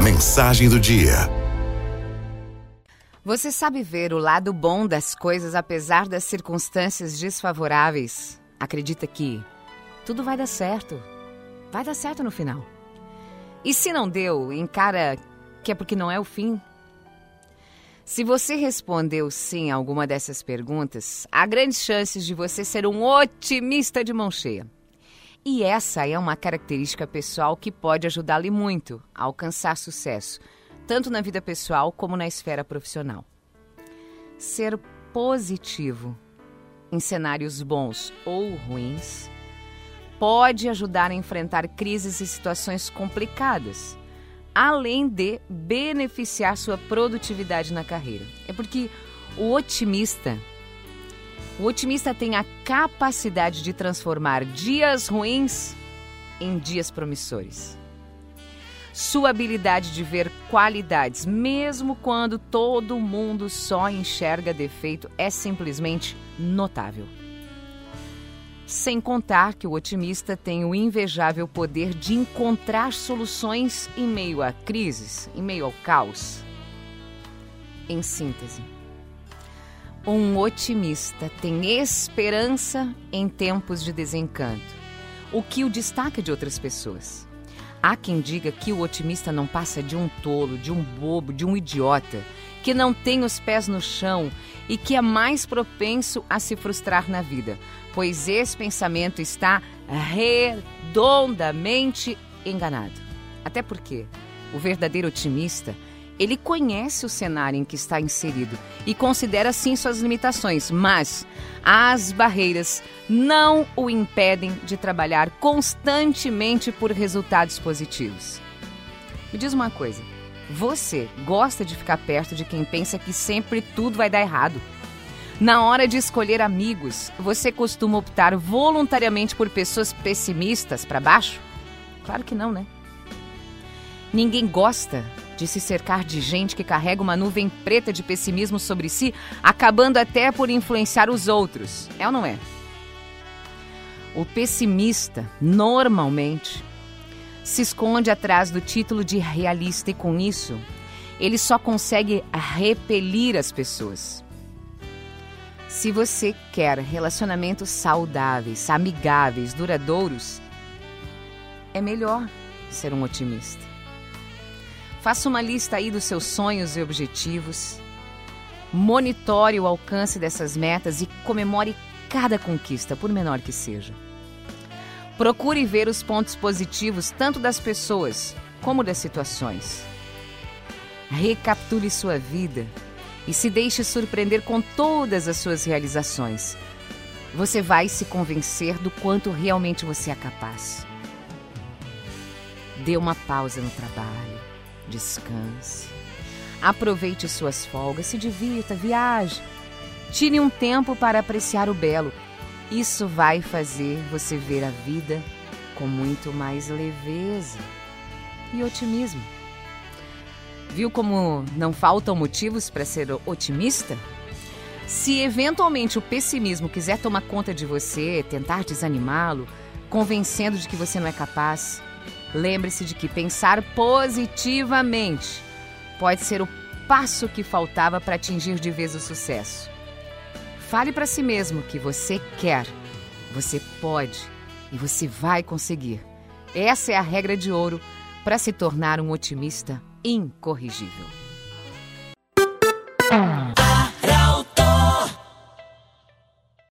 Mensagem do dia. Você sabe ver o lado bom das coisas apesar das circunstâncias desfavoráveis? Acredita que tudo vai dar certo. Vai dar certo no final. E se não deu, encara que é porque não é o fim. Se você respondeu sim a alguma dessas perguntas, há grandes chances de você ser um otimista de mão cheia. E essa é uma característica pessoal que pode ajudá-lo muito a alcançar sucesso, tanto na vida pessoal como na esfera profissional. Ser positivo em cenários bons ou ruins pode ajudar a enfrentar crises e situações complicadas, além de beneficiar sua produtividade na carreira. É porque o otimista tem a capacidade de transformar dias ruins em dias promissores. Sua habilidade de ver qualidades, mesmo quando todo mundo só enxerga defeito, é simplesmente notável. Sem contar que o otimista tem o invejável poder de encontrar soluções em meio a crises, em meio ao caos. Em síntese, um otimista tem esperança em tempos de desencanto, o que o destaca de outras pessoas. Há quem diga que o otimista não passa de um tolo, de um bobo, de um idiota, que não tem os pés no chão e que é mais propenso a se frustrar na vida, pois esse pensamento está redondamente enganado. Até porque o verdadeiro otimista, ele conhece o cenário em que está inserido e considera sim suas limitações, mas as barreiras não o impedem de trabalhar constantemente por resultados positivos. Me diz uma coisa, você gosta de ficar perto de quem pensa que sempre tudo vai dar errado? Na hora de escolher amigos, você costuma optar voluntariamente por pessoas pessimistas para baixo? Claro que não, né? Ninguém gosta de se cercar de gente que carrega uma nuvem preta de pessimismo sobre si, acabando até por influenciar os outros. É ou não é? O pessimista, normalmente, se esconde atrás do título de realista e, com isso, ele só consegue repelir as pessoas. Se você quer relacionamentos saudáveis, amigáveis, duradouros, é melhor ser um otimista. Faça uma lista aí dos seus sonhos e objetivos, monitore o alcance dessas metas e comemore cada conquista, por menor que seja. Procure ver os pontos positivos tanto das pessoas como das situações. Recapitule sua vida e se deixe surpreender com todas as suas realizações. Você vai se convencer do quanto realmente você é capaz. Dê uma pausa no trabalho. Descanse, aproveite suas folgas, se divirta, viaje, tire um tempo para apreciar o belo. Isso vai fazer você ver a vida com muito mais leveza e otimismo. Viu como não faltam motivos para ser otimista? Se eventualmente o pessimismo quiser tomar conta de você, tentar desanimá-lo, convencendo de que você não é capaz, lembre-se de que pensar positivamente pode ser o passo que faltava para atingir de vez o sucesso. Fale para si mesmo que você quer, você pode e você vai conseguir. Essa é a regra de ouro para se tornar um otimista incorrigível.